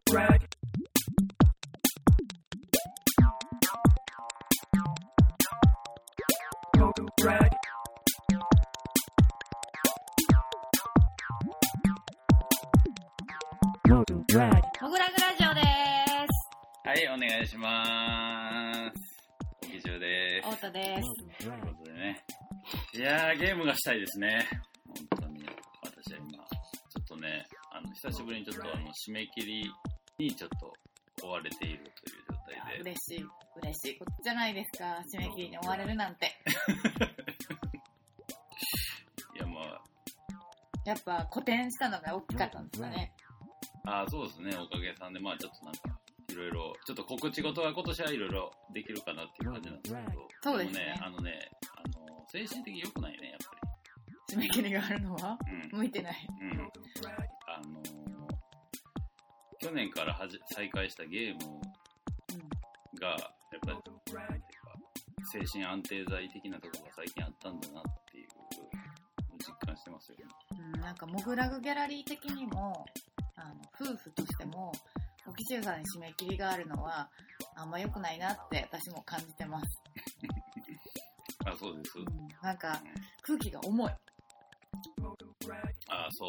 モグラグラジオです。 はい、お願いします。劇場です。 太田です。 ということでね。いやー、ゲームがしたいですね。本当に。私は今、ちょっとね、久しぶりにちょっと締め切りにちょっと追われているという状態で。 嬉しいことじゃないですか。締め切りに追われるなんて。 いや、まあ。 やっぱ古典したのが大きかったんですかね。 ああ、そうですね。おかげさんで、まあちょっとなんか、いろいろ、ちょっと告知事は今年はいろいろできるかなっていう感じなんですけど。 そうですね。 精神的に良くないね、やっぱり。締め切りがあるのは、向いてない。 去年から再開したゲームが、やっぱり、精神安定剤的なところが最近あったんだなっていう実感してますよね。 なんかモグラグギャラリー的にも、夫婦としても、おきちゅうさんに締め切りがあるのは、あんま良くないなって私も感じてます。 あ、そうです。 なんか、空気が重い。 あ、そう。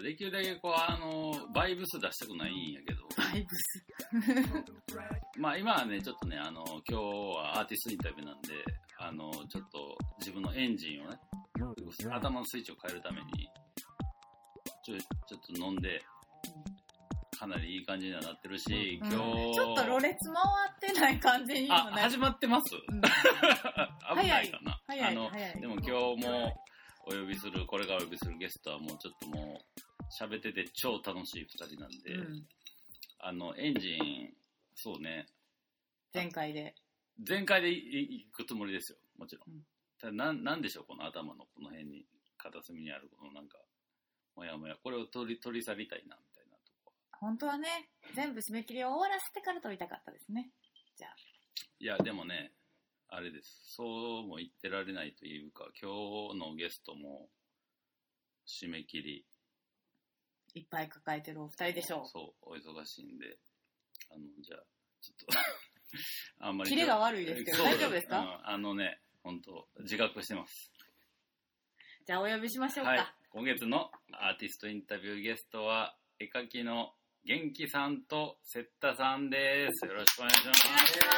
できるだけこう、バイブス出したくないんやけど。 バイブスまあ今はね、ちょっとね、今日はアーティストインタビューなんで、ちょっと自分のエンジンをね、頭のスイッチを変えるために、ちょっと飲んで、かなりいい感じにはなってるし、今日ちょっとろれつ回ってない感じにもなる。 始まってます、危ないかな。 早いでも今日もこれからお呼びするゲストはもうちょっともう喋ってて超楽しい2人なんで、エンジン、そうね。全開で行くつもりですよ、もちろん。ただなんでしょう、この頭のこの辺に、片隅にあるこのなんか、もやもや、これを取り去りたいな、みたいなとこ。 本当はね、全部締め切りを終わらせてから取りたかったですね。じゃあ。 いや、でもね、あれです。そうも言ってられないというか、今日のゲストも、締め切り。 いっぱい抱えてるお二人でしょう。 そう、お忙しいんで、じゃあ、ちょっとあんまり。 キレが悪いですけど、大丈夫ですか？ 本当自覚してます。 じゃあお呼びしましょうか。 はい。今月のアーティストインタビューゲストは、絵描きの元気さんとセッタさんです。よろしくお願いします。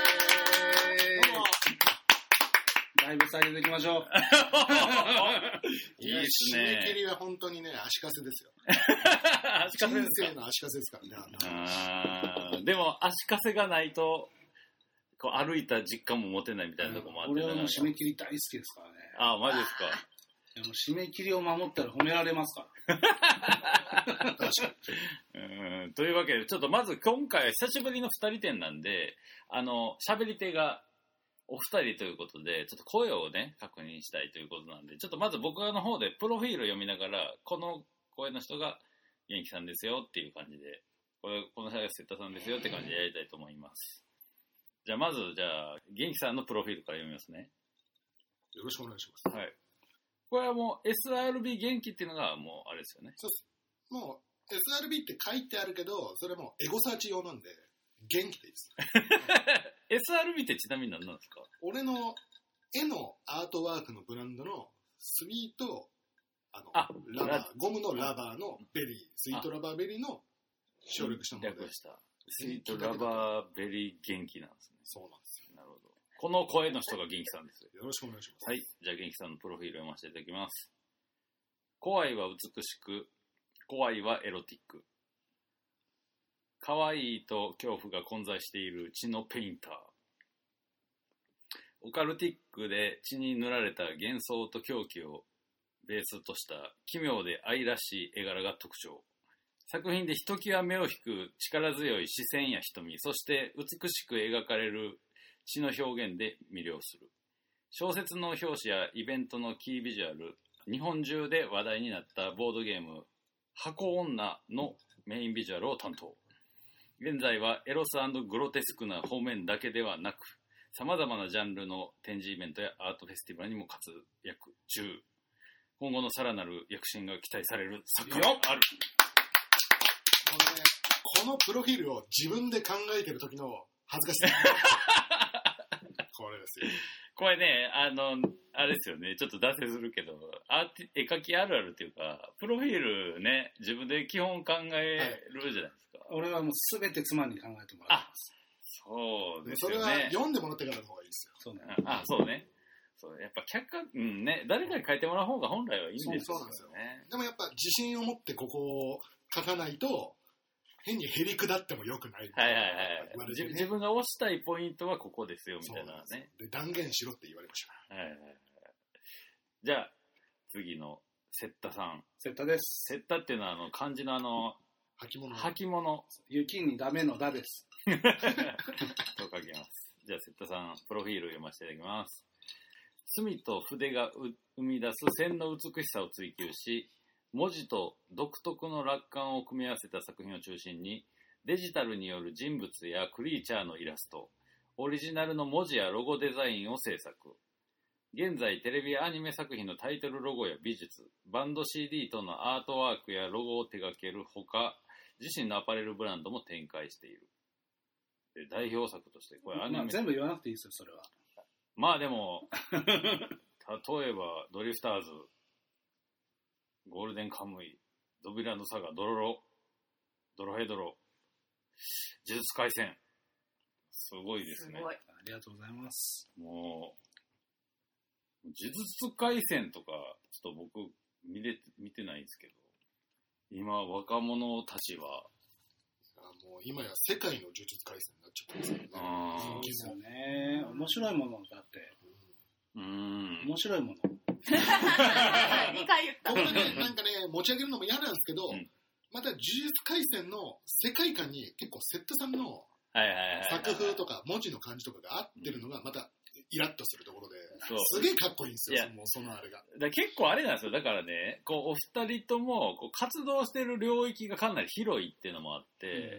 だいぶ下げていきましょう。 いいですね。 締め切りは本当にね、足かせですよ。人生の足かせですからね。 でも足かせがないと、こう歩いた実感も持てないみたいなところもあって、 俺はもう締め切り大好きですからね。 ああ、マジですか。 でも締め切りを守ったら褒められますから。確かに。というわけで、ちょっとまず今回は久しぶりの2人展なんで、喋り手がお二人ということで、ちょっと声をね、確認したいということなんで、ちょっとまず僕の方でプロフィールを読みながら、この声の人が元気さんですよっていう感じで、この人がセッタさんですよって感じでやりたいと思います。じゃあまず、元気さんのプロフィールから読みますね。 よろしくお願いします。 はい。これはもう SRB 元気っていうのがもうあれですよね。 そうです。もう SRB って書いてあるけど、それもエゴサーチ用なんで、元気でいいです。 SRB ってちなみに何なんですか？ 俺の絵のアートワークのブランドのスイート、ゴムのラバーのベリー、スイートラバーベリーの省略したもので。 略した。スイートラバーベリー元気なんですね。 そうなんですよ。 なるほど。この声の人が元気さんです。 よろしくお願いします。 はい。じゃあ元気さんのプロフィールを読ませていただきます。怖いは美しく、怖いはエロティック。可愛いと恐怖が混在している血のペインター。オカルティックで血に塗られた幻想と狂気をベースとした奇妙で愛らしい絵柄が特徴。作品でひときわ目を引く力強い視線や瞳、そして美しく描かれる血の表現で魅了する。小説の表紙やイベントのキービジュアル、日本中で話題になったボードゲーム、箱女のメインビジュアルを担当。現在はエロス&グロテスクな方面だけではなく、様々なジャンルの展示イベントやアートフェスティバルにも活躍中。今後のさらなる躍進が期待される作家である。 このプロフィールを自分で考えてる時の恥ずかしさ。これですよ。 これね、あれですよね、ちょっと脱線するけど、絵描きあるあるっていうか、プロフィールね、自分で基本考えるじゃないですか。 はい、俺はもう全て妻に考えてもらってます。 そうですよね。 それは読んでもらってからの方がいいですよ。 そうね。そうね。そうやっぱね、誰かに書いてもらう方が本来はいいんですよね。そうなんですよね。 でもやっぱ自信を持ってここを書かないと、変にへりくだってもよくない。 はいはいはい。自分が推したいポイントはここですよみたいなね。 で断言しろって言われました。 はいはいはい。じゃあ次のセッタさん。 セッタです。 セッタっていうのは漢字の履物。 雪にダメのダです。 と書きます。じゃあセッタさんプロフィールを読ませていただきます。墨と筆が生み出す線の美しさを追求し、文字と独特の落感を組み合わせた作品を中心に、デジタルによる人物やクリーチャーのイラスト、オリジナルの文字やロゴデザインを制作。現在テレビアニメ作品のタイトルロゴや美術、バンド CD とのアートワークやロゴを手掛けるほか、自身のアパレルブランドも展開している。で代表作としてこれアニメ、 全部言わなくていいですよ、それは。 まあでも例えばドリフターズ、ゴールデンカムイ、ドビランドサガ、ドロヘドロ、呪術廻戦、すごいですね。 すごい。ありがとうございます。 もう呪術廻戦とかちょっと僕見てないんですけど、今若者たちはもう今や世界の呪術廻戦になっちゃってますよね。 そうですよね。面白いものだって。面白いもの。 2回言った。 ここでね、なんかね、持ち上げるのも嫌なんですけど、また呪術廻戦の世界観に結構セットさんの作風とか文字の感じとかが合ってるのがまたイラッとするところで、すげえかっこいいんですよ、もうそのあれが。 結構あれなんですよ。だからね、お二人とも活動してる領域がかなり広いっていうのもあって、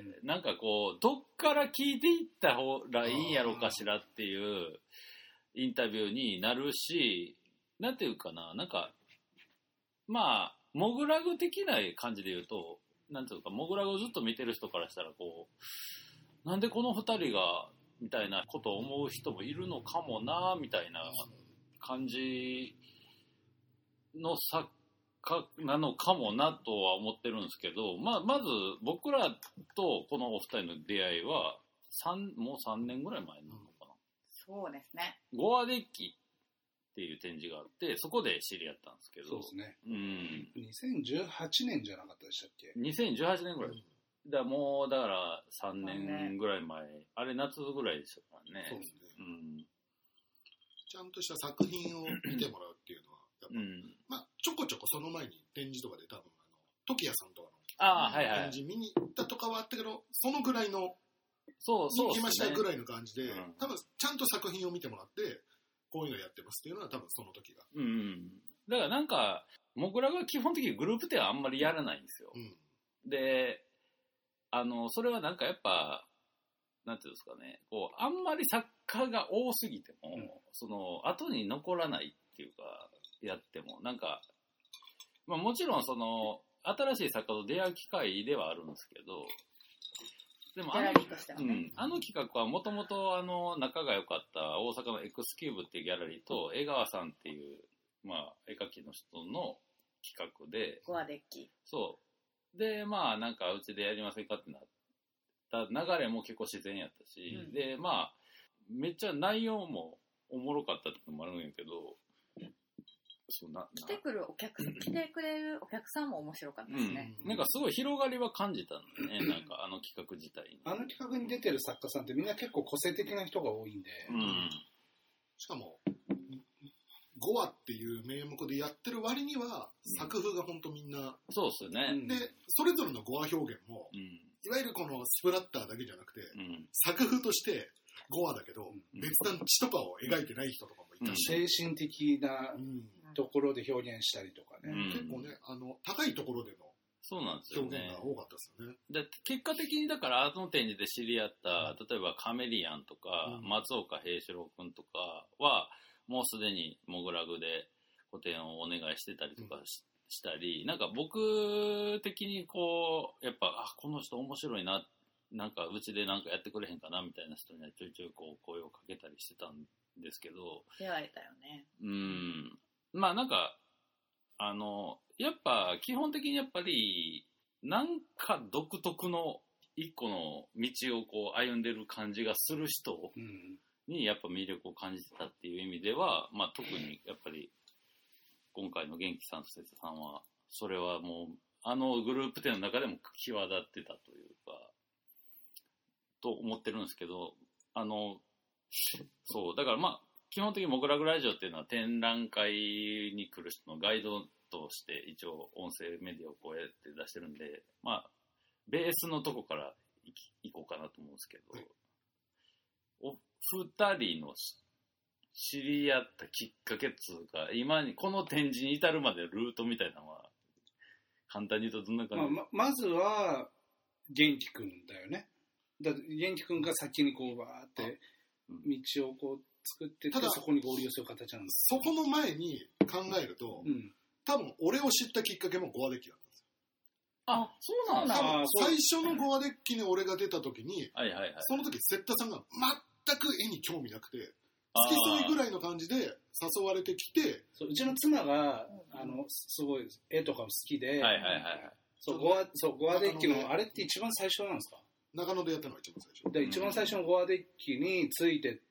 なんかどっから聞いていった方がいいんやろうかしらっていうインタビューになるし、なんていうかな、なんか、まあ、モグラグ的な感じで言うと、なんていうか、モグラグをずっと見てる人からしたら、なんでこの二人が、みたいなことを思う人もいるのかもな、みたいな感じの作家なのかもなとは思ってるんですけど、まず僕らとこのお二人の出会いは、もう3年ぐらい前なのかな。 そうですね。 ゴアデッキっていう展示があって、そこで知り合ったんですけど。 そうですね。2018年じゃなかったでしたっけ？ 2018 年ぐらい。だから3年ぐらい前。あれ夏ぐらいでしたからね。 そうですね。ちゃんとした作品を見てもらうっていうのは、やっぱ、まあ、ちょこちょこその前に展示とかで多分、時矢さんとかの展示見に行ったとかはあったけど、そのぐらいの、 そう行きましたぐらいの感じで、多分ちゃんと作品を見てもらって、こういうのやってますっていうのは多分その時が。 だからなんか、モグラが基本的にグループ展はあんまりやらないんですよ。で、それはなんかやっぱ、なんていうんですかね、あんまり作家が多すぎても、後に残らないっていうか、やっても、なんか、まあもちろん新しい作家と出会う機会ではあるんですけど、でもあの企画はもともと仲が良かった大阪のエクスキューブっていうギャラリーと江川さんっていう、まあ、絵描きの人の企画で、 ゴアデッキ。 そう。で、まあなんかうちでやりませんかってなった流れも結構自然やったし、で、まあ、めっちゃ内容もおもろかったってのもあるんやけど、 来てくれるお客さんも面白かったですね。 なんかすごい広がりは感じたんでね、なんか企画自体に。 企画に出てる作家さんってみんな結構個性的な人が多いんで。 しかも、5話っていう名目でやってる割には、作風が本当みんな。 そうっすね。 で、それぞれの5話表現も、いわゆるこのスプラッターだけじゃなくて、作風として5話だけど、別な血とかを描いてない人とかもいたし。 精神的なところで表現したりとかね。 結構ね、高いところでの表現が多かったですよね。 で結果的にだからアートの展示で知り合った、例えばカメリアンとか、松岡平四郎くんとかは、もうすでにモグラグで個展をお願いしてたりとかししたり、なんか僕的にこう、やっぱ、この人面白いな、なんかうちでなんかやってくれへんかなみたいな人にはちょいちょいこう声をかけたりしてたんですけど。 言われたよね。 まあなんか、やっぱ基本的にやっぱり、なんか独特の一個の道をこう歩んでる感じがする人にやっぱ魅力を感じてたっていう意味では、まあ特にやっぱり今回の元気さんと瀬戸さんは、それはもうグループ展の中でも際立ってたというか、と思ってるんですけど、そう、だからまあ、基本的にモグラグラジオっていうのは展覧会に来る人のガイドとして一応音声メディアをこうやって出してるんで、まあ、ベースのとこから行こうかなと思うんですけど、お二人の知り合ったきっかけっつうか、今にこの展示に至るまでのルートみたいなのは、簡単に言うとどんな感じ？ まずは、元気くんだよね。元気くんが先にこうバーって道をこう作ってて、そこに合流する形なんです。 そこの前に考えると、多分俺を知ったきっかけもゴアデッキだったんですよ。 あ、そうなんだ。 最初のゴアデッキに俺が出た時に、その時セッタさんが全く絵に興味なくて、好きそうぐらいの感じで誘われてきて、 うちの妻がすごい絵とかも好きで、ゴアデッキのあれって一番最初なんですか？ 中野でやったのが一番最初。 で、一番最初のゴアデッキについてって、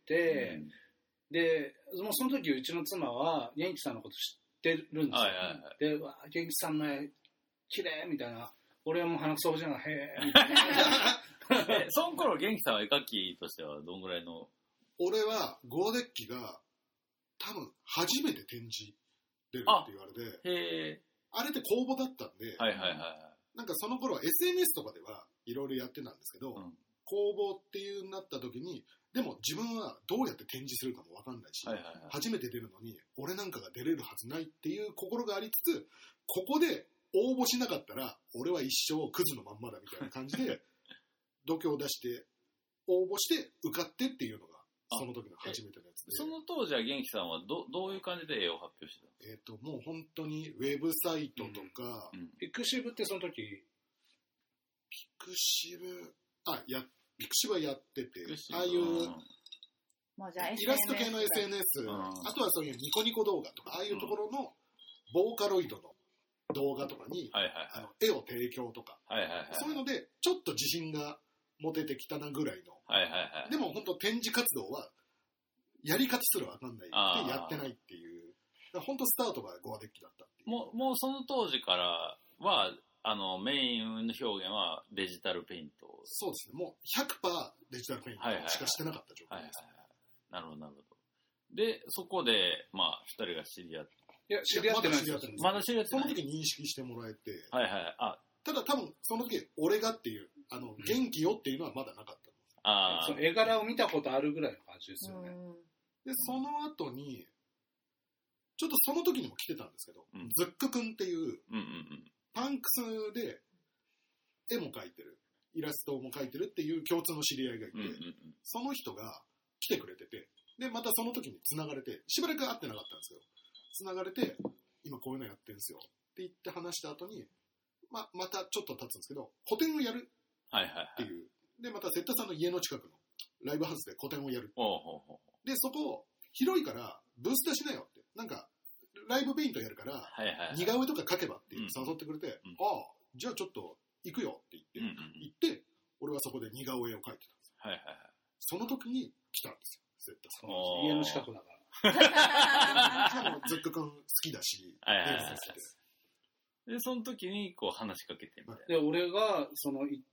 で、もうその時うちの妻は元気さんのこと知ってるんですよ。で、元気さんの絵綺麗みたいな、俺はもう鼻くそじゃない、へーみたいな。 その頃元気さんは絵描きとしてはどんぐらいの？ 俺はゴアデッキが多分初めて展示出るって言われて、あれって公募だったんで、なんかその頃は SNS とかではいろいろやってたんですけど、公募っていうなった時に、でも自分はどうやって展示するかも分かんないし、初めて出るのに俺なんかが出れるはずないっていう心がありつつ、ここで応募しなかったら俺は一生クズのまんまだみたいな感じで度胸を出して応募して受かってっていうのがその時の初めてのやつで。 その当時は元気さんはどういう感じで絵を発表してたんですか？ もう本当にウェブサイトとか、 ピクシブってその時ピクシブはやってて、ああいうイラスト系の SNS、あとはそういうニコニコ動画とか、ああいうところのボーカロイドの動画とかに絵を提供とか、そういうのでちょっと自信が持ててきたなぐらいの、でも本当展示活動はやり方すら分かんないでやってないっていう、本当スタートがゴアデッキだったっていう。 もうその当時からはメインの表現はデジタルペイント。 そうですね。もう 100% デジタルペイントしかしてなかった状態です。 なるほど、なるほど。で、そこで、まあ、二人が知り合って。 いや、知り合ってないです。 まだ知り合ってない。 その時認識してもらえて。 ただ多分、その時、俺がっていう、元気よっていうのはまだなかった。 その絵柄を見たことあるぐらいの感じですよね。 で、その後に、ちょっとその時にも来てたんですけど、ズックくんっていう、パンクスで絵も描いてる、イラストも描いてるっていう共通の知り合いがいて、その人が来てくれてて、で、またその時に繋がれて、しばらく会ってなかったんですけど、繋がれて、今こういうのやってるんですよって言って話した後に、またちょっと経つんですけど、個展をやるっていう。で、また瀬田さんの家の近くのライブハウスで個展をやる。で、そこ、広いからブースターしなよって。なんか、ライブペイントやるから、似顔絵とか描けばって誘ってくれて、じゃあちょっと行くよって言って、俺はそこで似顔絵を描いてたんですよ。その時に来たんですよ、瀬田さん。 家の近くだから。 しかもズック君好きだし、 で、その時にこう話しかけてみたいな。 で、俺が行って、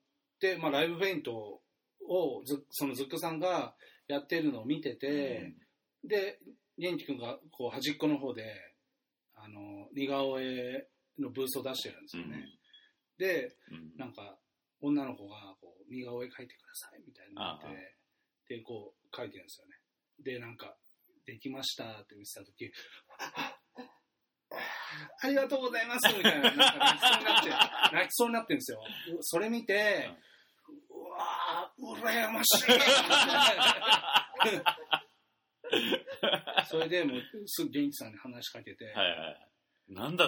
ライブペイントをそのズックさんがやってるのを見てて、で、元気君がこう端っこの方で似顔絵のブースを出してるんですよね。で、なんか女の子がこう似顔絵描いてくださいみたいになって、でこう描いてるんですよね。で、なんかできましたって見せた時、ありがとうございますみたいな、なんか泣きそうになってるんですよ。それ見て、うわー羨ましいそれでもうすぐ元気さんに話しかけて、 なんだと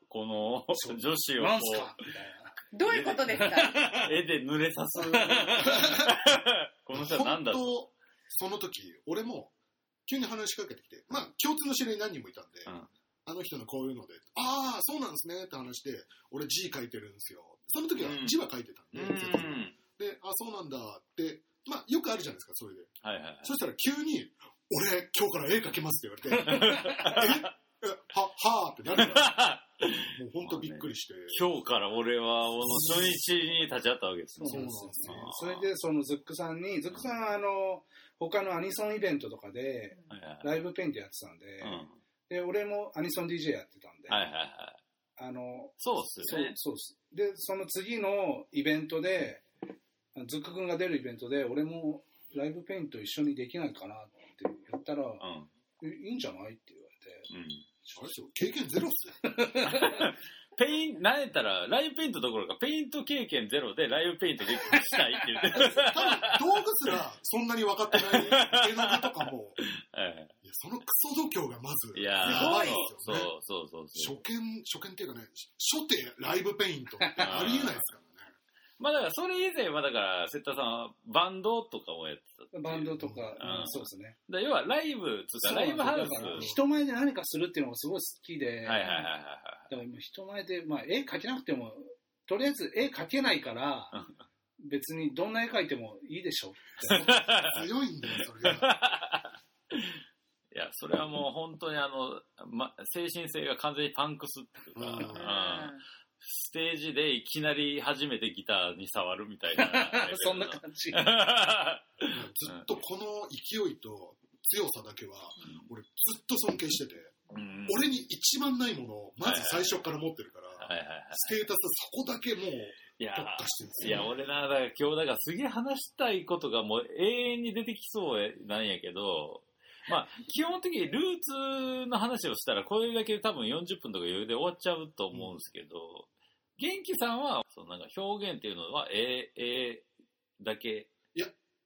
この女子をなんすかみたいな。 どういうことですか？ 絵で濡れさす。この人は何だと。 本当その時、俺も急に話しかけてきて、まあ共通の知り合い何人もいたんで、あの人のこういうので、ああ、そうなんですねって話して、俺字書いてるんですよ。その時は字は書いてたんで、で、あ、そうなんだって、まあよくあるじゃないですか、それで。そしたら急に、俺今日から絵描けますって言われて、はぁってなるから、もう本当びっくりして、 今日から俺は初日に立ち会ったわけですね。 そうなんですね。それでそのズックさんは他のアニソンイベントとかでライブペイントやってたんで、で俺もアニソン DJ やってたんで、 そうっすよね。 そうっす。でその次のイベントでズック君が出るイベントで俺もライブペイント一緒にできないかなって言ったら、いいんじゃないって言われて、 あれですよ、経験ゼロっすよ。 なんやったら、ライブペイントどころか、ペイント経験ゼロでライブペイントでしたいって言ってる。 多分、道具すらそんなに分かってない絵の具とかも、いや、そのクソ度胸がまず、やばいですよね。 そう。 初見っていうかね、初手ライブペイントってありえないですからね。 まあだから、それ以前はだから、瀬田さんはバンドとかをやってた。 バンドとか、そうですね。 要はライブつか、ライブハウス。 人前で何かするっていうのがすごい好きで、だから今人前で、まあ絵描けなくても、とりあえず絵描けないから、別にどんな絵描いてもいいでしょ。 強いんだよ、それが。 いや、それはもう本当に精神性が完全にパンクスっていうか、ステージでいきなり初めてギターに触るみたいな。 そんな感じ。ずっとこの勢いと強さだけは、俺ずっと尊敬してて、俺に一番ないものをまず最初から持ってるから、ステータスそこだけもう特化してるんですよ。 いや、俺だから今日すげえ話したいことがもう永遠に出てきそうなんやけど、まあ、基本的にルーツの話をしたら、これだけ多分40分とか余裕で終わっちゃうと思うんですけど、元気さんは、なんか表現っていうのは、だけ？ いや、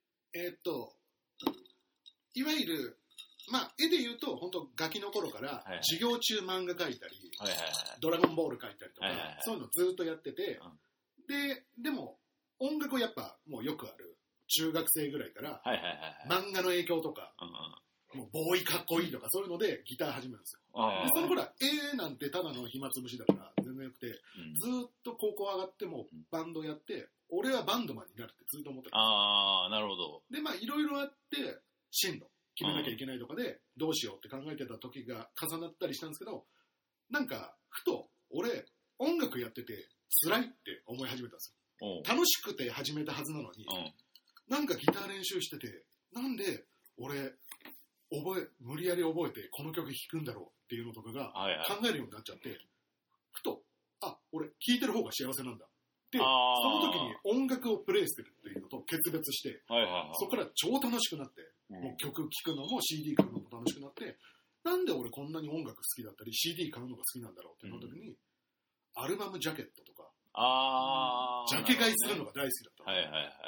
いわゆる、まあ、絵で言うと、本当ガキの頃から、授業中漫画描いたり、ドラゴンボール描いたりとか、そういうのずっとやってて、でも、音楽をやっぱ、もうよくある、中学生ぐらいから、漫画の影響とか、もうボーイかっこいいとかそういうのでギター始めるんですよ。でその頃はなんてただの暇つぶしだから全然よくて、ずっと高校上がってもバンドやって、俺はバンドマンになるってずっと思ってたんですよ。 なるほど。 で、まあいろいろあって進路決めなきゃいけないとかでどうしようって考えてた時が重なったりしたんですけど、なんかふと俺音楽やってて辛いって思い始めたんですよ。楽しくて始めたはずなのに、なんかギター練習してて、なんで俺無理やり覚えてこの曲弾くんだろうっていうのとかが考えるようになっちゃって、ふと、俺聴いてる方が幸せなんだで、その時に音楽をプレイしてるっていうのと決別して、そこから超楽しくなって、もう曲聴くのも CD 買うのも楽しくなって、なんで俺こんなに音楽好きだったり CD 買うのが好きなんだろうってなった時に、アルバムジャケットとか、ジャケ買いするのが大好きだった。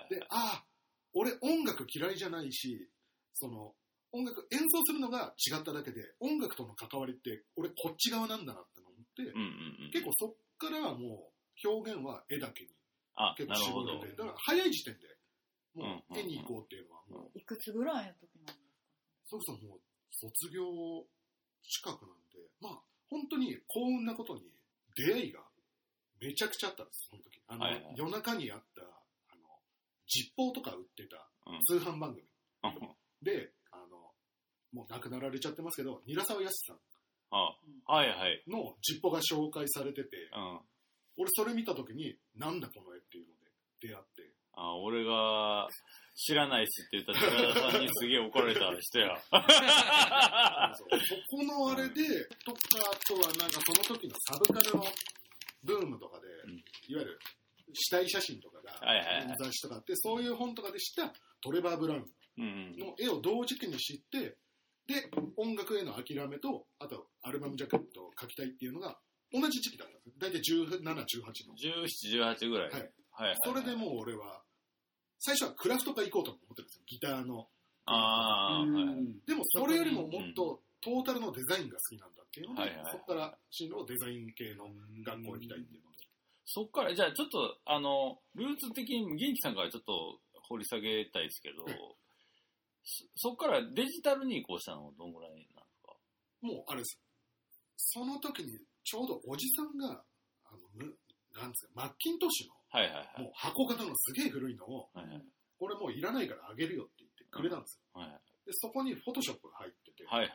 で、俺音楽嫌いじゃないし、音楽演奏するのが違っただけで音楽との関わりって俺こっち側なんだなって思って、結構そっからはもう表現は絵だけに結構絞れて、だから早い時点でもう絵に行こうっていうのはもう、 いくつぐらいの時なんですか？ そうそう、もう卒業近くなんで、まあ本当に幸運なことに出会いがめちゃくちゃあったんです。その時夜中にあったジッポーとか売ってた通販番組で、もう亡くなられちゃってますけど、韮沢康さんのジッポが紹介されてて、俺それ見た時になんだこの絵っていうので出会って、 俺が知らないしって言ったら寺田さんにすげえ怒られた人や。 そこのあれでとか、あとはなんかその時のサブカルのブームとかで、いわゆる死体写真とかが雑誌とかあって、そういう本とかで知ったトレバー・ブラウンの絵を同時期に知って、で音楽への諦めと、あとアルバムジャケットを描きたいっていうのが同じ時期だったんです。大体17、18の 17、18ぐらい。 それでもう俺は最初はクラフト科行こうと思ってるんですよ、ギターの。でもそれよりももっとトータルのデザインが好きなんだっていうので、そこから進路をデザイン系の学校行きたいっていうので。 そっから、じゃあちょっと、ルーツ的に元気さんからちょっと掘り下げたいですけど、そっからデジタルに移行したのはどんぐらいなんですか？ もう、あれです。その時に、ちょうどおじさんが、なんですか、マッキントッシュの、もう箱型のすげえ古いのを、これもういらないからあげるよって言ってくれたんですよ。で、そこにフォトショップが入ってて、あ、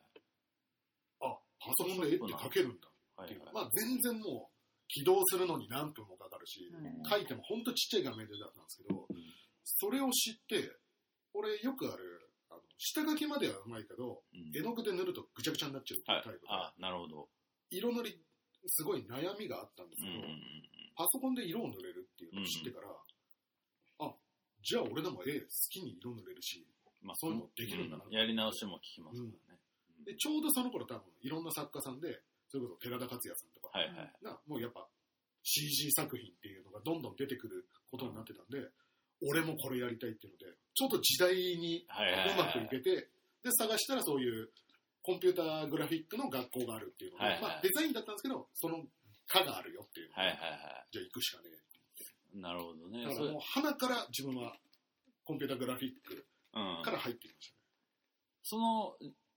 パソコンで絵って描けるんだっていう。まあ全然もう起動するのに何分もかかるし、描いてもほんとちっちゃい画面でだったんですけど、それを知って、俺よくある、下書きまではうまいけど、絵の具で塗るとぐちゃぐちゃになっちゃうっていうタイプで、 なるほど。 色塗り、すごい悩みがあったんですけど、パソコンで色を塗れるっていうのを知ってから、あ、じゃあ俺でも絵好きに色塗れるし、まあそういうのできるんだな、 やり直しも聞きますからね。 で、ちょうどその頃多分いろんな作家さんで、それこそ寺田克也さんとかが、もうやっぱ CG 作品っていうのがどんどん出てくることになってたんで、俺もこれやりたいっていうので、ちょっと時代にうまくいけて、で、探したらそういうコンピューターグラフィックの学校があるっていうので、まあデザインだったんですけど、その科があるよっていうので、じゃあ行くしかねえって言って。 なるほどね。 だからもう鼻から自分はコンピューターグラフィックから入ってきましたね。 その、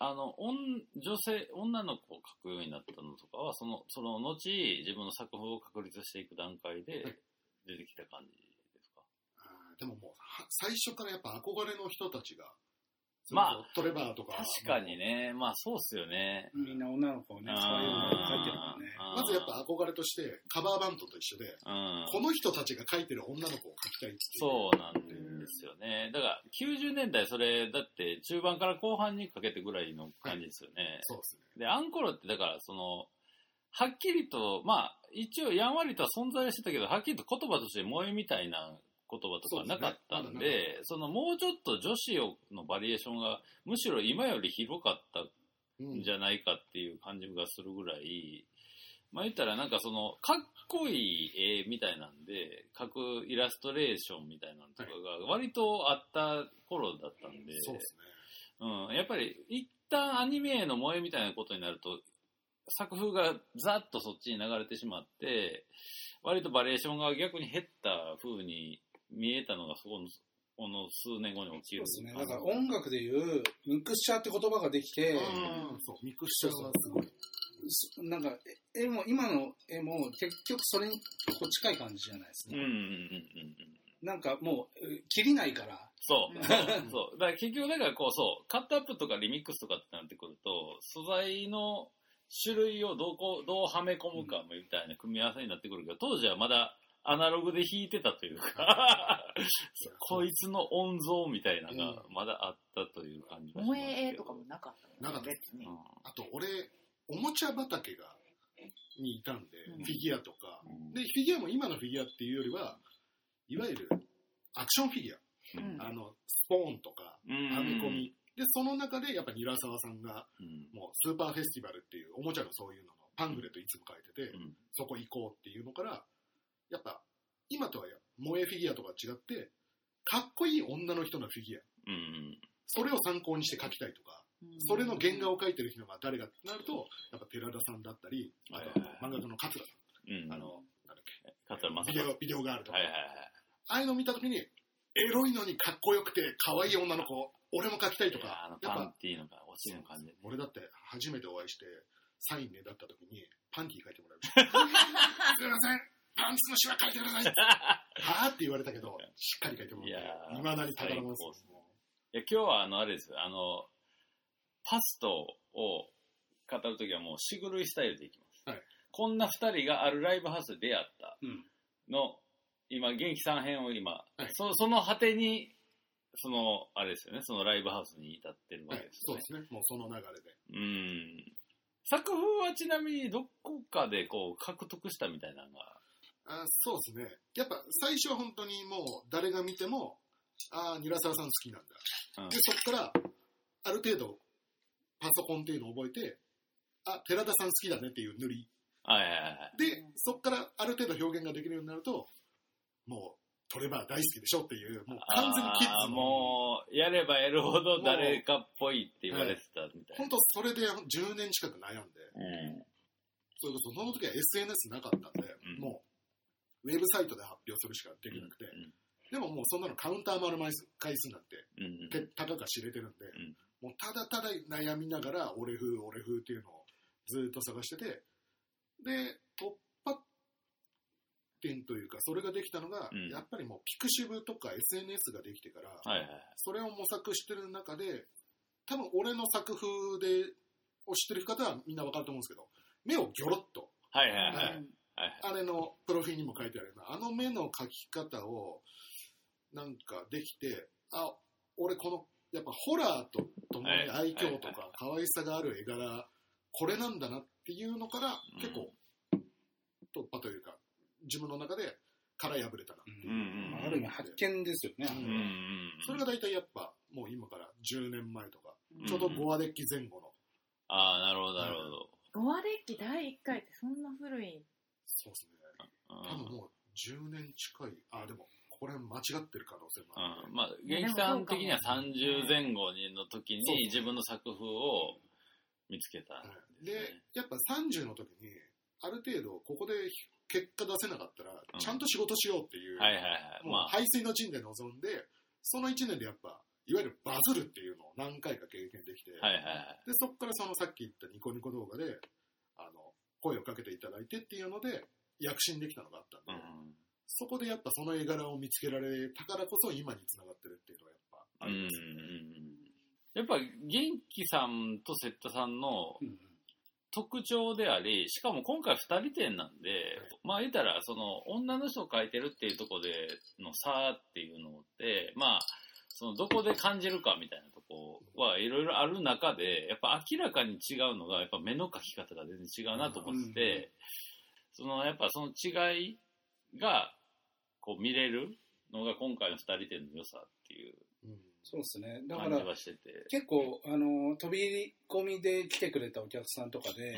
女の子を描くようになったのとかは、その後、自分の作風を確立していく段階で出てきた感じですか？ でももう、最初からやっぱ憧れの人たちが、 まあ、 トレバーとか。 確かにね、まあそうっすよね。 みんな女の子をね、そういうのを描いてるもんね。 まずやっぱ憧れとして、カバーバンドと一緒で、この人たちが描いてる女の子を描きたいっていう。 そうなんですよね。だから90年代それ、だって中盤から後半にかけてぐらいの感じですよね。 そうですね。 で、アンコロってだからはっきりと、まあ一応やんわりとは存在はしてたけど、はっきりと言葉として萌えみたいな言葉とかなかったんで、もうちょっと女子のバリエーションがむしろ今より広かったんじゃないかっていう感じがするぐらい、まあ言ったらなんかかっこいい絵みたいなんで、描くイラストレーションみたいなのとかが割とあった頃だったんで、 そうですね。やっぱり一旦アニメへの萌えみたいなことになると、作風がざっとそっちに流れてしまって、割とバリエーションが逆に減った風に見えたのがこの数年後に起きる。 そうですね。だから音楽でいうミクスチャーって言葉ができて、 ミクスチャーがすごい。 なんか今の絵も結局それに近い感じじゃないですか。なんかもう切りないから。 そう。だから結局カットアップとかリミックスとかってなってくると、素材の種類をどうはめ込むかみたいな組み合わせになってくるけど、当時はまだアナログで弾いてたというかこいつの音像みたいなのがまだあったという感じがしますけど。 萌え絵とかもなかったの？別に。 あと俺、おもちゃ畑にいたんで、フィギュアとか、で、フィギュアも今のフィギュアっていうよりは、いわゆるアクションフィギュア。スポーンとか、編み込み。で、その中でやっぱ韮沢さんが、もうスーパーフェスティバルっていうおもちゃのそういうののパンフレットいつも書いてて、そこ行こうっていうのから、やっぱ今とは萌えフィギュアとか違って、かっこいい女の人のフィギュア。それを参考にして描きたいとか、それの原画を描いてる人が誰かってなると、やっぱ寺田さんだったり、あと漫画家の桂さん。なんだっけ。 桂正さん。 ビデオがあるとか。ああいうのを見たときに、エロいのにかっこよくて可愛い女の子、俺も描きたいとか。 パンティーの落ちる感じで。 俺だって初めてお会いして、サインねだったときに、パンティー描いてもらいました。すいません、パンツのシワ描いてください。はぁって言われたけど、しっかり描いてもらって、未だに宝物です。 いや、今日はあれですよ、パストを語るときはもうしぐるいスタイルでいきます。こんな二人があるライブハウスで出会ったの、今、元気さん編をその果てに、あれですよね、そのライブハウスに至ってるわけですよね。 そうですね、もうその流れで。 作風はちなみにどこかで獲得したみたいなのが。 そうですね。やっぱ最初は本当にもう誰が見ても、韮沢さん好きなんだ。で、そこからある程度パソコンっていうのを覚えて、寺田さん好きだねっていう塗り。で、そこからある程度表現ができるようになると、もうトレバー大好きでしょっていう、もう完全にキッズの。 もう、やればやるほど誰かっぽいって言われてたみた本当それで10年近く悩んで、それこそその時は SNS なかったんで、もうウェブサイトで発表するしかできなくて、でももうそんなのカウンター回る回数なんて、たかが知れてるんで、もうただただ悩みながら俺風っていうのをずっと探してて、で突破点というかそれができたのが、やっぱりもうピクシブとか SNS ができてから、それを模索してる中で多分俺の作風を知ってる方はみんな分かると思うんですけど、目をギョロッと、あれのプロフィールにも書いてあるようなあの目の描き方をなんかできて、俺このやっぱホラーとともに愛嬌とか可愛さがある絵柄、これなんだなっていうのから結構突破というか自分の中で殻破れたなっていう、 ある意味発見ですよね。 それが大体やっぱもう今から10年前とか、ちょうどゴアデッキ前後の。 なるほどなるほど。 ゴアデッキ第1回ってそんな古い？ そうですね。多分もう10年近い。でもこれ間違ってる可能性もある。 まあ元気さん的には30前後の時に自分の作風を見つけた、 でやっぱ30の時にある程度ここで結果出せなかったらちゃんと仕事しようっていう、背水の陣で臨んで、その1年でやっぱいわゆるバズるっていうのを何回か経験できて、でそこからそのさっき言ったニコニコ動画で声をかけていただいてっていうので躍進できたのがあったんで、そこでやっぱその絵柄を見つけられたからこそ今につながってるっていうのはやっぱあります。 やっぱ元気さんとセッタさんの特徴であり、しかも今回2人展なんで、まあ言ったらその女の人を描いてるっていうところでの差っていうのって、まあそのどこで感じるかみたいなとこはいろいろある中で、やっぱ明らかに違うのがやっぱ目の描き方が全然違うなと思ってて、やっぱその違いがこう見れるのが今回の2人展の良さっていうそうですね。だから感じはしてて、 結構飛び込みで来てくれたお客さんとかで、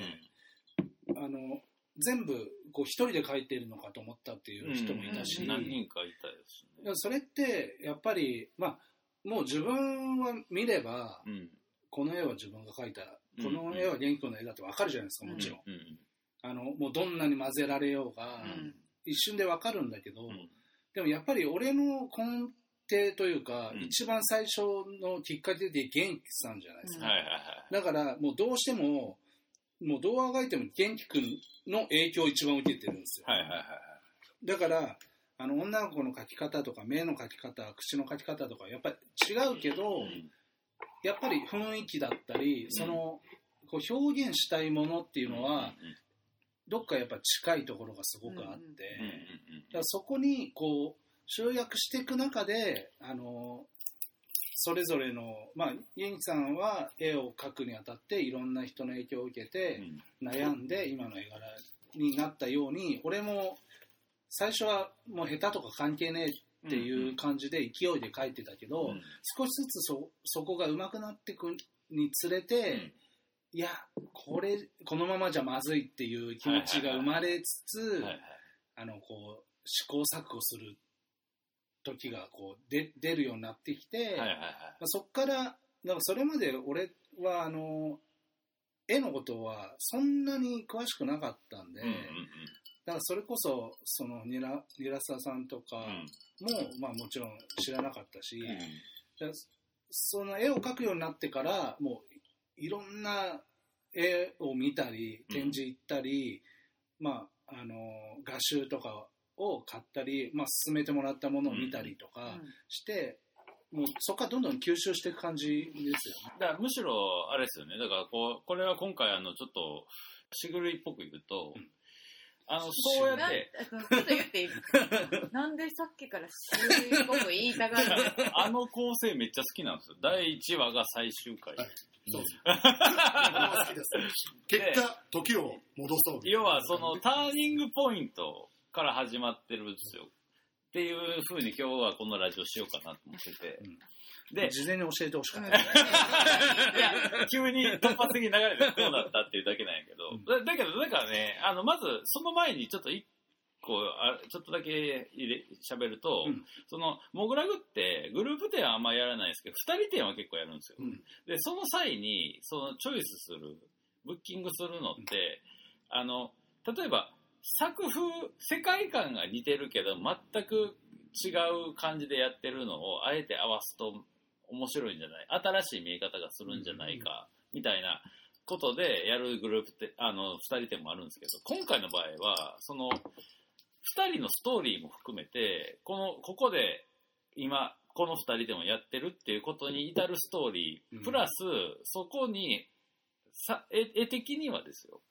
全部こう一人で描いてるのかと思ったっていう人もいたし、 何人かいたですね。 それってやっぱりもう自分は見れば、この絵は自分が描いた、この絵は元気君の絵だって分かるじゃないですか、もちろん。もうどんなに混ぜられようが、一瞬で分かるんだけど、でもやっぱり俺の根底というか、一番最初のきっかけで元気さんじゃないですか。だからもうどうしてもどうあがいても元気君の影響を一番受けてるんですよ。だから女の子の描き方とか目の描き方、口の描き方とかやっぱり違うけど、やっぱり雰囲気だったり、こう表現したいものっていうのは、どっかやっぱ近いところがすごくあって、だからそこにこう集約していく中でそれぞれの元気さんは絵を描くにあたっていろんな人の影響を受けて悩んで今の絵柄になったように、俺も最初はもう下手とか関係ねえっていう感じで勢いで描いてたけど、少しずつそこが上手くなっていくにつれて、いやこのままじゃまずいっていう気持ちが生まれつつ、こう試行錯誤する時がこう出るようになってきて、そっからそれまで俺は絵のことはそんなに詳しくなかったんで、だからそれこそそのニラサさんとかも、もちろん知らなかったし、その絵を描くようになってからもういろんな絵を見たり展示行ったり、画集とかを買ったり、勧めてもらったものを見たりとかして、もうそこからどんどん吸収していく感じですよね。 だからむしろあれですよね。だからこれは今回ちょっとしぐるいっぽく言うと、そうやってちょっと言っていいですか？なんでさっきからしぐるいっぽく言いたがるの？ 構成めっちゃ好きなんですよ。第1話が最終回。 そうです。好きです。結果時を戻そう。 要はそのターニングポイントから始まってるんですよ。っていう風に今日はこのラジオしようかなと思ってて。 で、事前に教えてほしかった。 いや、急に突発的に流れてこうだったっていうだけなんやけど。だけど、だからね、まずその前にちょっと一個ちょっとだけ喋ると、そのモグラグってグループ展はあんまやらないですけど2人展は結構やるんですよ、でその際にそのチョイスするブッキングするのって、例えば作風世界観が似てるけど全く違う感じでやってるのをあえて合わすと面白いんじゃない、新しい見え方がするんじゃないか、みたいなことでやるグループって2人展もあるんですけど、今回の場合はその2人のストーリーも含めてここで今この2人展をやってるっていうことに至るストーリー、プラスそこに絵的にはですよ、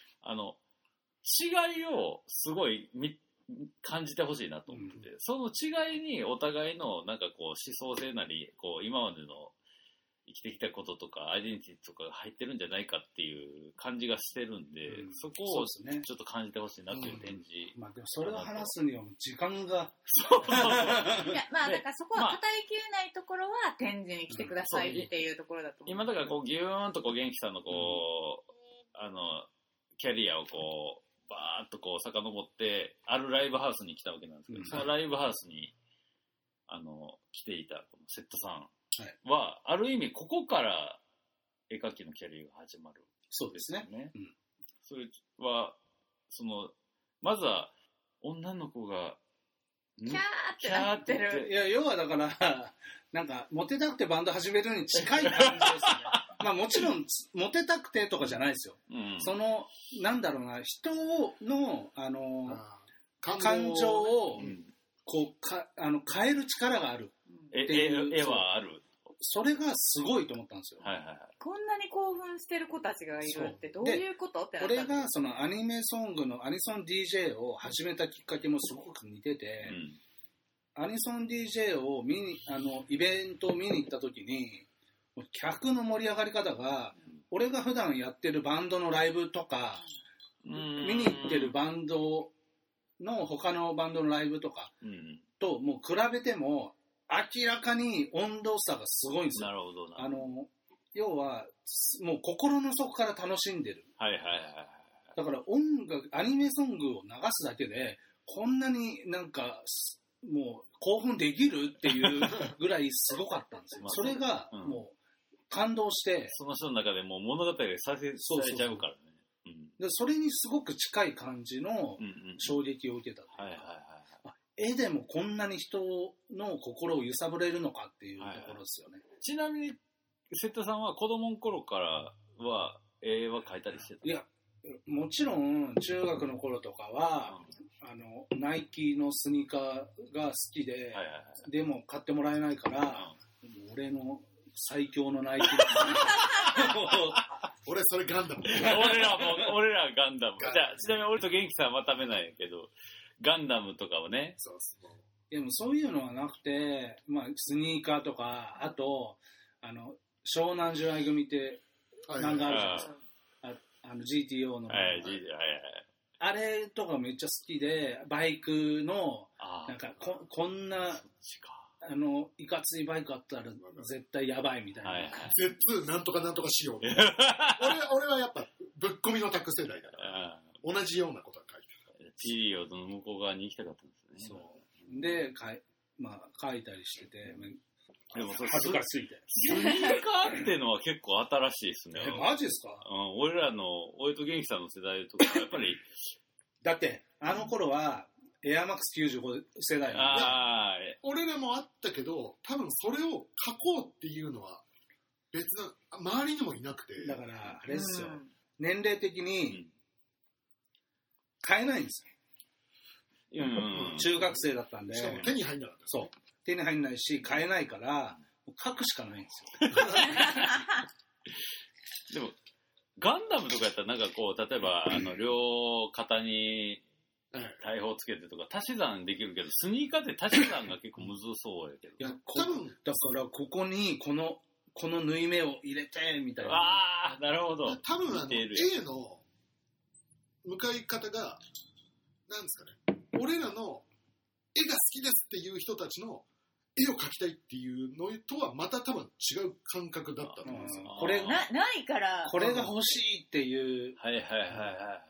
違いをすごい感じてほしいなと思ってて、その違いにお互いのなんかこう思想性なりこう今までの生きてきたこととかアイデンティティとかが入ってるんじゃないかっていう感じがしてるんで、そこをちょっと感じてほしいなっていう展示、 まあでもそれを話すには時間がいやまあだからそこは語りきれないところは展示に来てくださいっていうところだと思う。 今だからこうギューンとこう元気さんのこう、キャリアをこうバーッとこう遡ってあるライブハウスに来たわけなんですけど、そのライブハウスに来ていたこのセットさんは、ある意味ここから絵描きのキャリアが始まる、 そうですね。 それはまずは女の子がキャーってなってる。 いや要はだからなんかモテたくてバンド始めるに近い感じですね。まあもちろんモテたくてとかじゃないですよ。そのなんだろうな、人の感情をこう変える力があるっていう絵はある。 それがすごいと思ったんですよ。 こんなに興奮してる子たちがいるってどういうことってなったんですか。 これがそのアニメソングのアニソン DJ を始めたきっかけもすごく似てて、アニソン DJ をイベントを見に行った時に客の盛り上がり方が、俺が普段やってるバンドのライブとか見に行ってるバンドの他のバンドのライブとかともう比べても明らかに温度差がすごいんですよ。 なるほどな。 要はもう心の底から楽しんでる。だからアニメソングを流すだけでこんなになんかもう興奮できるっていうぐらいすごかったんですよ。それがもう感動して、 その人の中でもう物語がさせちゃうからね。 でそれにすごく近い感じの衝撃を受けた。絵でもこんなに人の心を揺さぶれるのかっていうところですよね。 ちなみに瀬戸さんは子供の頃からは絵は描いたりしてた？ いやもちろん中学の頃とかは、ナイキのスニーカーが好きで、でも買ってもらえないから、俺の最強のナイキ俺それガンダム俺らガンダム。じゃあちなみに俺と元気さんは食べないけどガンダムとかをね。 でもそういうのはなくて、まあ、スニーカーとか、あと湘南純愛組って漫画あるじゃないですか。GTO の、あれとかめっちゃ好きで、バイクのなんかこんないかついバイクあったら絶対やばいみたいな、 Z なんとかなんとかしよう俺はやっぱぶっ込みのタク世代だから同じようなことは書いてる。 ピリオドの向こう側に行きたかったんですね。 そうで書いたりしてて、 でも恥ずかしいてスニーカーっていうのは結構新しいですね。 マジですか？ 俺と元気さんの世代とかやっぱりだってあの頃はエアマックス95世代なんで、俺らもあったけど多分それを書こうっていうのは別な周りにもいなくて、 だからあれですよ、年齢的に買えないんですよ、中学生だったんで。 しかも手に入んなかった。 そう手に入んないし買えないから書くしかないんですよでもガンダムとかやったらなんかこう例えば両肩に大砲つけてとか足し算できるけど、スニーカーって足し算が結構むずそうやけど。 いや多分だからここにこの縫い目を入れてみたいな。 ああなるほど。 多分A の向かい方がなんですかね、俺らの絵が好きですっていう人たちの絵を描きたいっていうのとはまた多分違う感覚だったと思うんですよ。 これないからこれが欲しいっていう。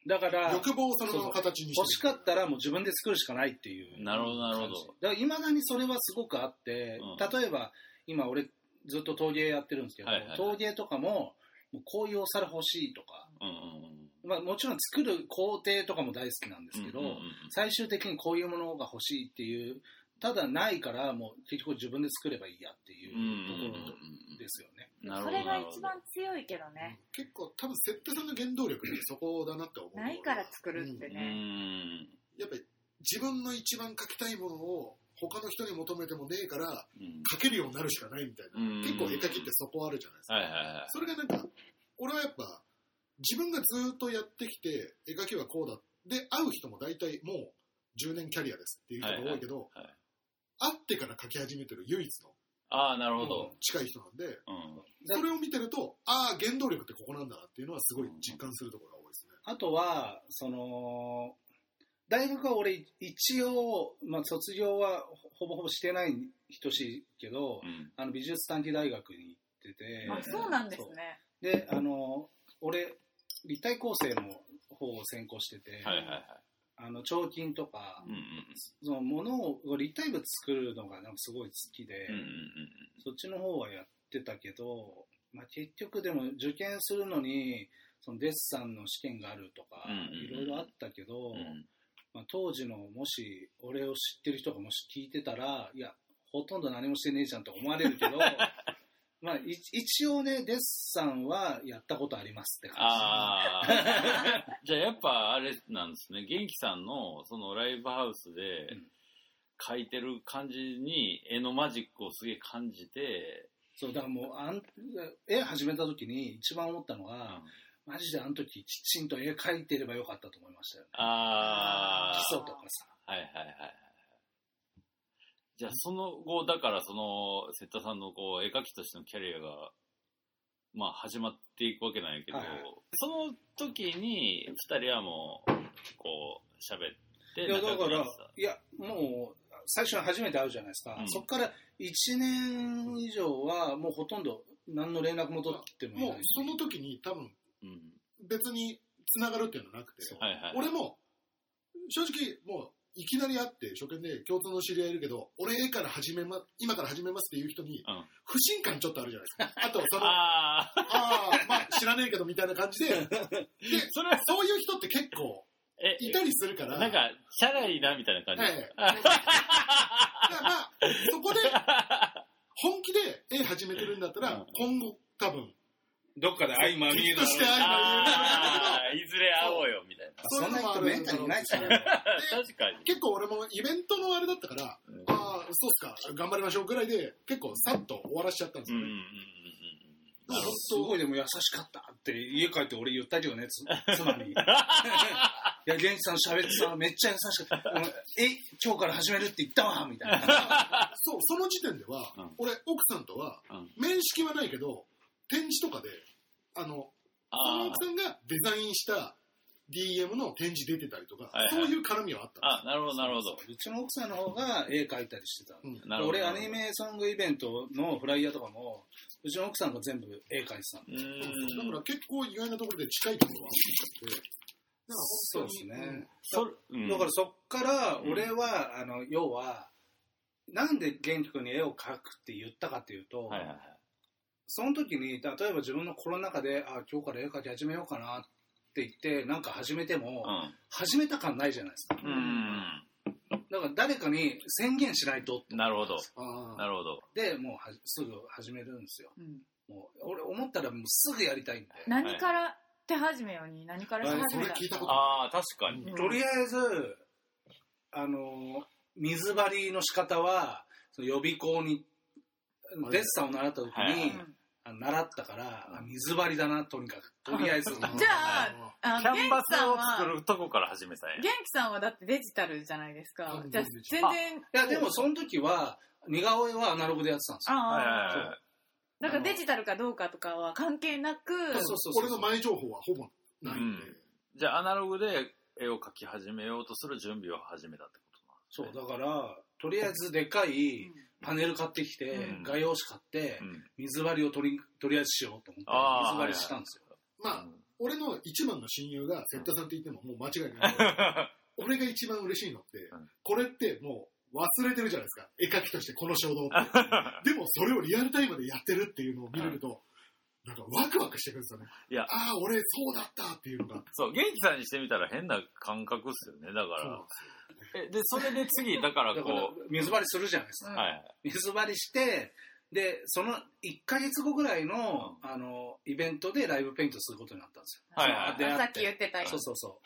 だから欲望をそのまま形にして欲しかったらもう自分で作るしかないっていう。 なるほどなるほど。 だからいまだにそれはすごくあって、例えば今俺ずっと陶芸やってるんですけど、陶芸とかもこういうお皿欲しいとか、もちろん作る工程とかも大好きなんですけど、最終的にこういうものが欲しいっていうただないからもう結局自分で作ればいいやっていうところですよね。 それが一番強いけどね。 結構多分設定さんの原動力ってそこだなって思う。 ないから作るってね。 やっぱり自分の一番描きたいものを他の人に求めてもねえから描けるようになるしかないみたいな。結構絵描きってそこあるじゃないですか。それがなんか俺はやっぱ自分がずっとやってきて絵描きはこうだで会う人も大体もう10年キャリアですっていう人が多いけど、会ってから描き始めてる唯一のなるほど近い人なんで、それを見てると原動力ってここなんだなっていうのはすごい実感するところが多いですね。 あとはその大学は俺一応、卒業はほぼほぼしてないに等しいけど、美術短期大学に行ってて。 そうなんですね。 で俺立体構成の方を専攻してて、彫金とか、そのものを立体物作るのがなんかすごい好きで、そっちの方はやってたけど、結局でも受験するのにそのデッサンの試験があるとかいろいろあったけど、当時のもし俺を知ってる人がもし聞いてたらいやほとんど何もしてねえじゃんと思われるけど一応ねデッサンはやったことありますって感じ。じゃあやっぱあれなんですね。元気さんのそのライブハウスで描いてる感じに絵のマジックをすげえ感じて、 そうだからもう絵始めた時に一番思ったのが、マジであの時きちんと絵描いてればよかったと思いましたよね。基礎とかさ。 じゃあその後だからその瀬田さんのこう絵描きとしてのキャリアが始まっていくわけなんやけど、その時に2人はもうこう喋ってだからもう最初に初めて会うじゃないですか、そこから1年以上はもうほとんど何の連絡も取ってもいない。 もうその時に多分別に繋がるっていうのはなくて、俺も正直もういきなり会って初見で共通の知り合いいるけど俺今から始めますっていう人に不信感ちょっとあるじゃないですか。あとその知らねえけどみたいな感じでそういう人って結構いたりするからなんかシャラいなみたいな感じ。 そこで本気で絵始めてるんだったら今後多分どっかで相まみえるとして相まみえるいずれ会おうよみたいな。 そんな人メンタルないですよね。 確かに結構俺もイベントのあれだったからそうっすか頑張りましょうぐらいで結構さっと終わらしちゃったんですよね。 すごいでも優しかったって家帰って俺言ったけどね妻にいや元気さん喋ってさめっちゃ優しかった今日から始めるって言ったわみたいなその時点では、俺奥さんとは面識はないけど展示とかでその奥さんがデザインした DM の展示出てたりとか、そういう絡みはあったんです。 なるほどなるほど。 うちの奥さんの方が絵描いたりしてた、俺アニメソングイベントのフライヤーとかもうちの奥さんが全部絵描いてたんで、 だから結構意外なところで近いところがあってそうですね、だからそっから俺は、要はなんで元気君に絵を描くって言ったかっていうと、その時に例えば自分の心の中で今日から絵描き始めようかなって言ってなんか始めても、始めた感ないじゃないですか、だから誰かに宣言しないとって。 なるほどなるほど。 でもうすぐ始めるんですよ、もう俺思ったらもうすぐやりたいんで。 何から手始めように何から手始めた。 それ聞いたことない。 確かに、 とりあえず水張りの仕方はその予備校にデッサンを習った時に、習ったから水張りだなとにかくとりあえずじゃあキャンバスを作るとこから始めたんや。 元気さんはだってデジタルじゃないですか。じゃあ全然いやでもその時は似顔絵はアナログでやってたんですよ。 だからデジタルかどうかとかは関係なく、 俺の前情報はほぼないんで、 じゃあアナログで絵を描き始めようとする準備を始めたってことなんですね。 そうだからとりあえずでかいパネル買ってきて、画用紙買って、水張りをとりあえずしようと思って水張りしたんですよ。 俺の一番の親友がセッタさんって言ってももう間違いない俺が一番嬉しいのって、これってもう忘れてるじゃないですか、絵描きとしてこの衝動ってでもそれをリアルタイムでやってるっていうのを見れると、なんかワクワクしてくるんですよね。 いや、 ああ俺そうだったっていうのが、 そう、元気さんにしてみたら変な感覚っすよね。だからでそれで次だからこう水張りするじゃないですか、はい、水張りして、でその1ヶ月後ぐらいの、イベントでライブペイントすることになったんですよ。 はいはいはい、さっき言ってたよ。 そうそうそう。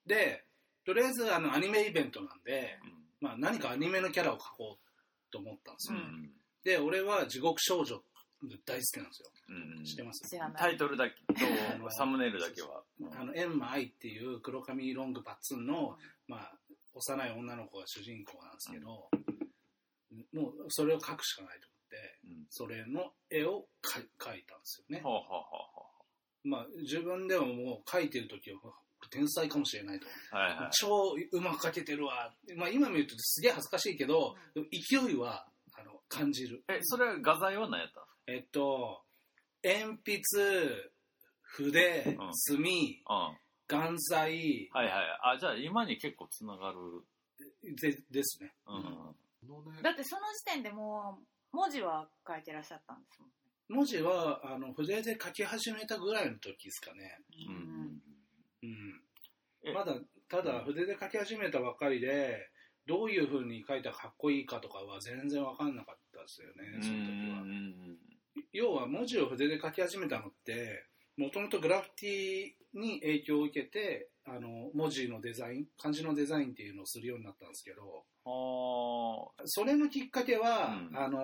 でとりあえずアニメイベントなんで、まあ、何かアニメのキャラを描こうと思ったんですよ、で俺は地獄少女大好きなんですよ、知ってます？ タイトルだけとサムネイルだけはエンマアイっていう黒髪ロングパッツンの、まあ、幼い女の子が主人公なんですけど、もうそれを描くしかないと思って、それの絵を描いたんですよね。まあ、自分でももう描いてる時は天才かもしれないと思う、はいはい、超うまく描けてるわ、まあ、今見るとすげえ恥ずかしいけど勢いは感じる。 それは画材は何やったんですか？ 鉛筆、筆、墨、岩材、 はいはい、あ、じゃあ今に結構つながるですね、 だってその時点でもう文字は書いてらっしゃったんですもんね。 文字は筆で書き始めたぐらいの時ですかね。まだただ筆で書き始めたばっかりで、どういう風に書いたらかっこいいかとかは全然分かんなかったですよね、その時は。要は文字を筆で書き始めたのってもともとグラフィティに影響を受けて文字のデザイン、漢字のデザインっていうのをするようになったんですけど、それのきっかけは、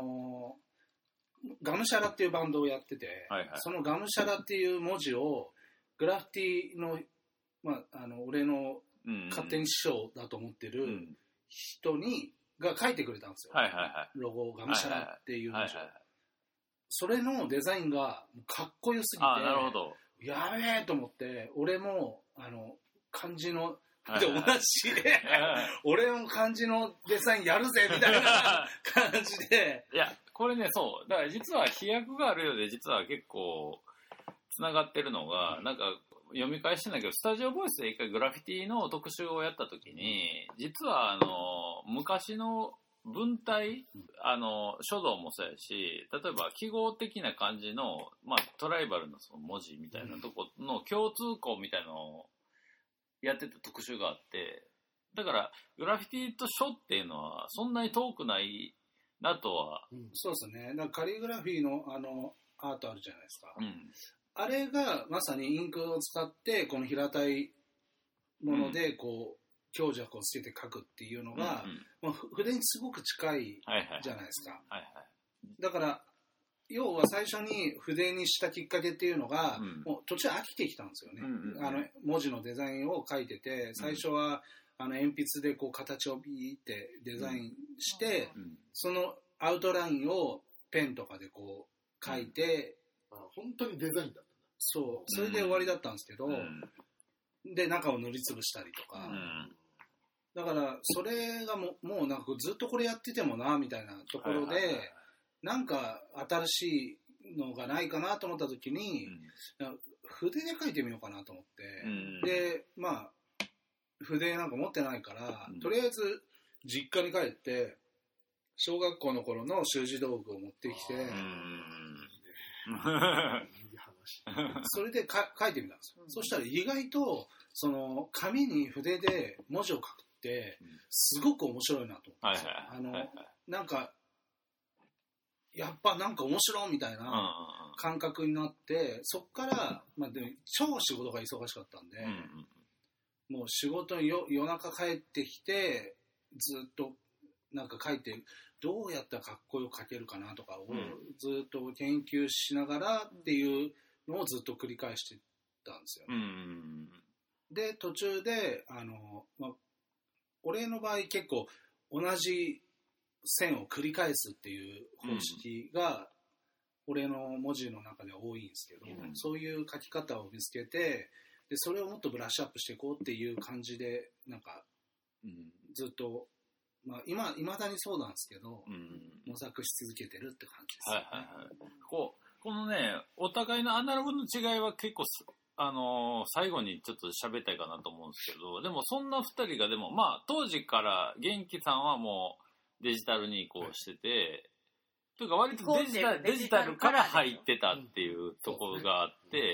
ガムシャラっていうバンドをやってて、はいはい、そのガムシャラっていう文字をグラフィティの、まあ、俺の勝手に師匠だと思ってる人が書いてくれたんですよ、はいはいはい、ロゴガムシャラっていう文字を、はいはいはい、それのデザインがかっこよすぎて、 なるほど、 やべえと思って、俺も漢字ので同じで俺も漢字のデザインやるぜみたいな感じでいやこれね、そうだから実は飛躍があるようで実は結構つながってるのが、なんか読み返してんだけど、スタジオボイスで一回グラフィティの特集をやった時に、実は昔の文体、書道もそうやし、例えば記号的な感じの、まあ、トライバルのその文字みたいなとこの共通項みたいなのをやってた特集があって、だからグラフィティと書っていうのはそんなに遠くないなとは、 そうですね。だからカリグラフィーのアートあるじゃないですか、あれがまさにインクを使ってこの平たいものでこう、強弱をつけて書くっていうのが、まあ、筆にすごく近いじゃないですか、だから要は最初に筆にしたきっかけっていうのが、もう途中飽きてきたんですよね、文字のデザインを書いてて、最初は鉛筆でこう形をビーってデザインして、そのアウトラインをペンとかでこう書いて、 本当にデザインだったんだ。 そう、それで終わりだったんですけど、で中を塗りつぶしたりとか、だからそれがもうなんかずっとこれやっててもなみたいなところで、なんか新しいのがないかなと思った時に、筆で書いてみようかなと思って、でまあ筆なんか持ってないから、とりあえず実家に帰って小学校の頃の習字道具を持ってきて、それで書いてみたんですよ。そしたら意外とその紙に筆で文字を書くってすごく面白いなと思って、なんかやっぱなんか面白いみたいな感覚になって、そっから、まあ、でも超仕事が忙しかったんで、もう仕事に夜中帰ってきてずっとなんか書いて、どうやったらかっこよく書けるかなとかをずっと研究しながらっていうのをずっと繰り返してたんですよ、で途中でまあ、俺の場合結構同じ線を繰り返すっていう方式が俺の文字の中では多いんですけど、そういう書き方を見つけて、でそれをもっとブラッシュアップしていこうっていう感じでなんか、ずっと、まあ、未だにそうなんですけど、模索し続けてるって感じです、 このね、お互いのアナログの違いは結構最後にちょっと喋りたいかなと思うんですけど、でもそんな2人がでも、まあ当時から元気さんはもうデジタルに移行してて、というか割とデジタルから入ってたっていうところがあって、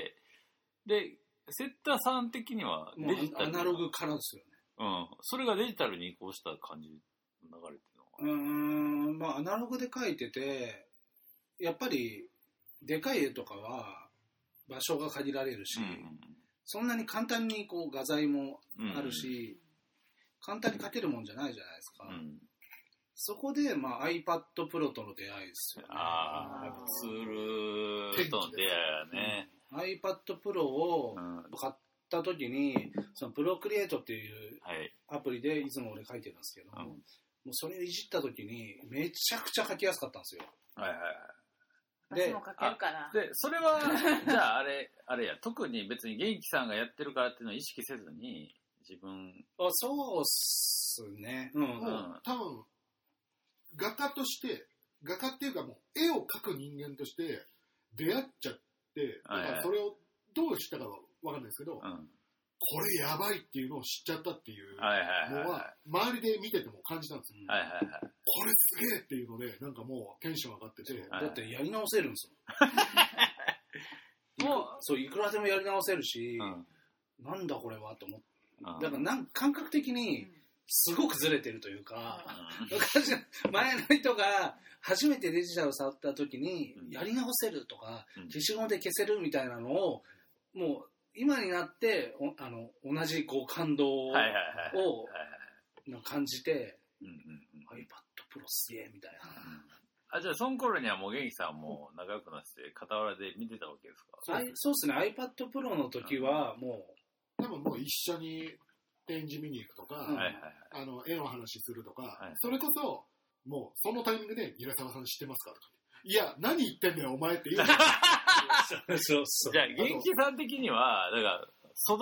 で、セッターさん的にはデジタル。アナログからですよね。 うん。それがデジタルに移行した感じの流れっていうのは。まあアナログで描いてて、やっぱりでかい絵とかは場所が限られるし、そんなに簡単にこう画材もあるし、簡単に描けるもんじゃないじゃないですか。そこで、まあ、iPad Pro との出会いですよね。 ツールとの出会いやね。 iPad Pro を買った時に、その Procreate っていうアプリでいつも俺書いてるんですけど、もうそれをいじった時にめちゃくちゃ書きやすかったんですよ。 私も書けるかな。 で、それは、じゃああれや、特に別に元気さんがやってるからっていうのを意識せずに、自分。 そうっすね。 もう多分、画家として、画家っていうかもう絵を描く人間として出会っちゃって、だからそれをどうしたかは分かんないですけど、これやばいっていうのを知っちゃったっていうのは、周りで見てても感じたんですよ。これすげえっていうので、なんかもうテンション上がってて。 だってやり直せるんですよ。もう、そう、いくらでもやり直せるし、なんだこれはと思って。だから感覚的に、すごくずれてるというか、前の人が初めてデジタルを触った時に、やり直せるとか、消しゴムで消せるみたいなのを、もう今になって同じこう感動を感じて、iPad Pro すげえみたいな。 じゃあその頃にはもう元気さんも仲良くなって傍らで見てたわけですか？ そうですね。iPad Pro の時はもう多分もう一緒に展示見に行くとか、絵の話するとか、それこそ、もうそのタイミングで、平沢さん知ってますかとか。いや、何言ってんだよ、お前って言う。 じゃあ、元気さん的には、だから、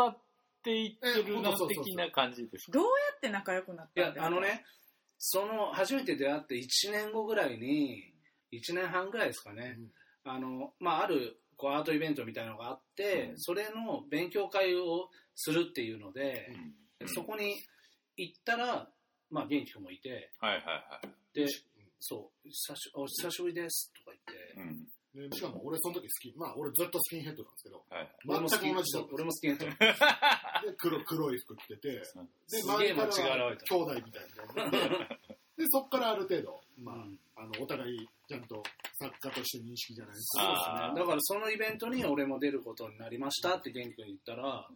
育っていってるの的な感じですか？ どうやって仲良くなったんですか？ いや、初めて出会って1年後ぐらいに、1年半ぐらいですかね、あるこうアートイベントみたいなのがあって、それの勉強会をするっていうので、そこに行ったら、元気君もいて、で、そう、お久しぶりですとか言って、 しかも俺その時俺ずっとスキンヘッドなんですけど、 全く同じだ。俺もスキンヘッド。 で、黒い服着てて、で、 周りからは兄弟みたいな。で、そっからある程度、お互いちゃんと作家として認識じゃないですか。 そうですね。だからそのイベントに俺も出ることになりましたって元気君に言ったら、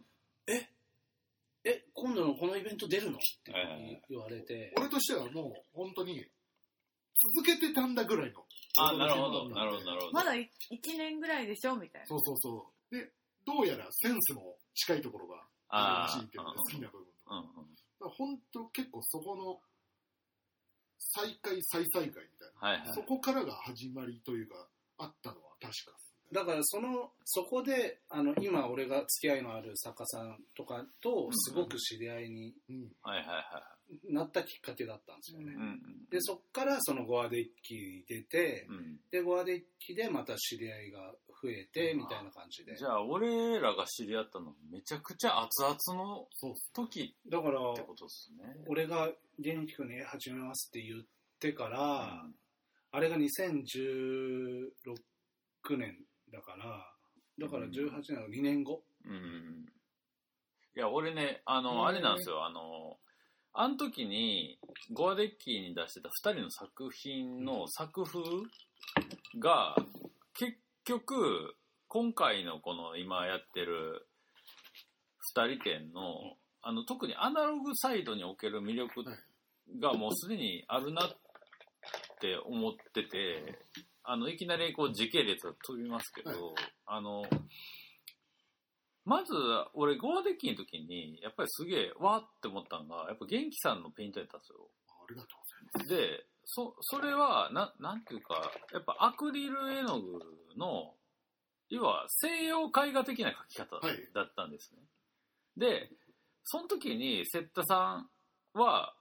今度のこのイベント出るのって言われて。 俺としてはもう本当に続けてたんだぐらいの。 なるほど。 まだ1年ぐらいでしょみたいな。 そう。で、どうやらセンスも近いところがあるらしいっていうので、好きな部分と。だから本当結構そこの再会みたいな、そこからが始まりというか、あったのは確か。 だからそこで今俺が付き合いのある作家さんとかとすごく知り合いになったきっかけだったんですよね。でそこからそのゴアデッキに出て、でゴアデッキでまた知り合いが増えてみたいな感じで。 じゃあ俺らが知り合ったのめちゃくちゃ熱々の時ってことですね。 俺が元気君に始めますって言ってから、あれが2016年だから18年の2年後。 いや俺ねあれなんですよあの時にゴアデッキに出してた2人の作品の作風が結局今回のこの今やってる2人展の特にアナログサイドにおける魅力がもうすでにあるなって思ってて、いきなりこう時系列が飛びますけど、まず俺ゴアデッキの時にやっぱりすげえわーって思ったのがやっぱ元気さんのペイントやったんですよ。 ありがとうございます。 でそれはなんていうかやっぱアクリル絵の具の要は西洋絵画的な描き方だったんですね。でその時にセッタさんは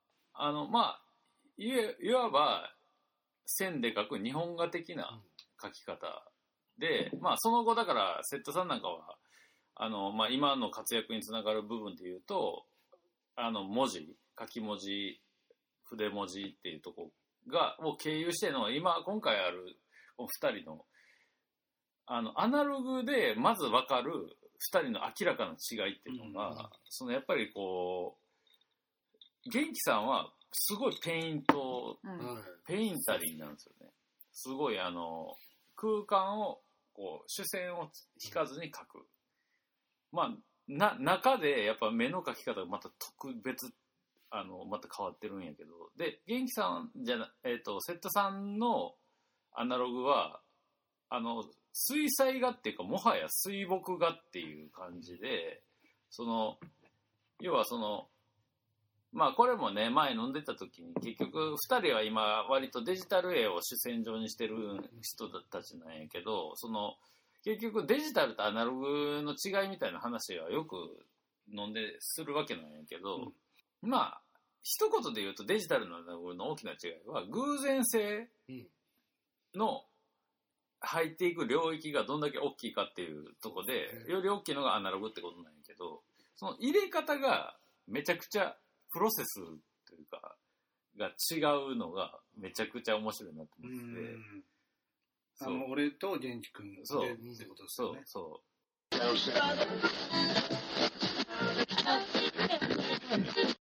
いわば線で描く日本画的な描き方で、その後だからセッタさんなんかはまあ、今の活躍につながる部分で言うと、文字、書き文字、筆文字っていうとこを経由しての、今回あるこの2人の、アナログでまず分かる2人の明らかな違いっていうのが、そのやっぱりこう、元気さんはすごいペインタリーなんですよね。すごい空間を、こう、主線を引かずに描く。まあ、中でやっぱ目の描き方がまた特別、また変わってるんやけど、で、元気さんセットさんのアナログは、水彩画っていうか、もはや水墨画っていう感じで、要はまあこれもね、前飲んでた時に結局2人は今割とデジタル絵を主戦場にしてる人たちなんやけど、結局デジタルとアナログの違いみたいな話はよく飲んでするわけなんやけど、まあ一言で言うとデジタルのアナログの大きな違いは偶然性の入っていく領域がどんだけ大きいかっていうところで、より大きいのがアナログってことなんやけど、その入れ方がめちゃくちゃプロセスというかが違うのがめちゃくちゃ面白いなと思ってて、 俺と元気君でってことですよね。 そう